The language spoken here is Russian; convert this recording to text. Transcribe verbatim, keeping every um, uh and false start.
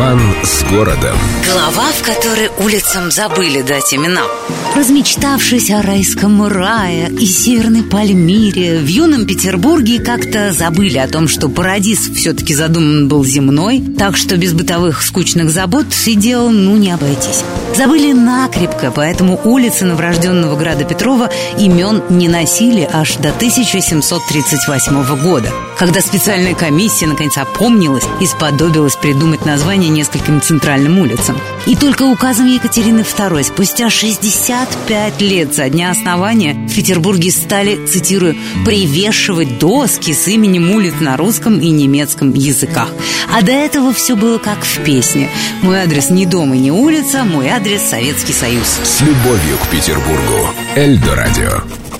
Роман с городом. Глава, в которой улицам забыли дать имена. Размечтавшись о райском рае и северной Пальмире, в юном Петербурге как-то забыли о том, что парадиз все-таки задуман был земной, так что без бытовых скучных забот и дел ну не обойтись. Забыли накрепко, поэтому улицы новорожденного града Петрова имен не носили аж до тысяча семьсот тридцать восьмого года, когда специальная комиссия наконец опомнилась и сподобилась придумать название нескольким центральным улицам. И только указом Екатерины второй спустя шестьдесят пять лет со дня основания в Петербурге стали, цитирую, «привешивать доски с именем улиц на русском и немецком языках». А до этого все было как в песне. Мой адрес не дом и не улица, мой адрес Советский Союз. С любовью к Петербургу. Эльдо радио.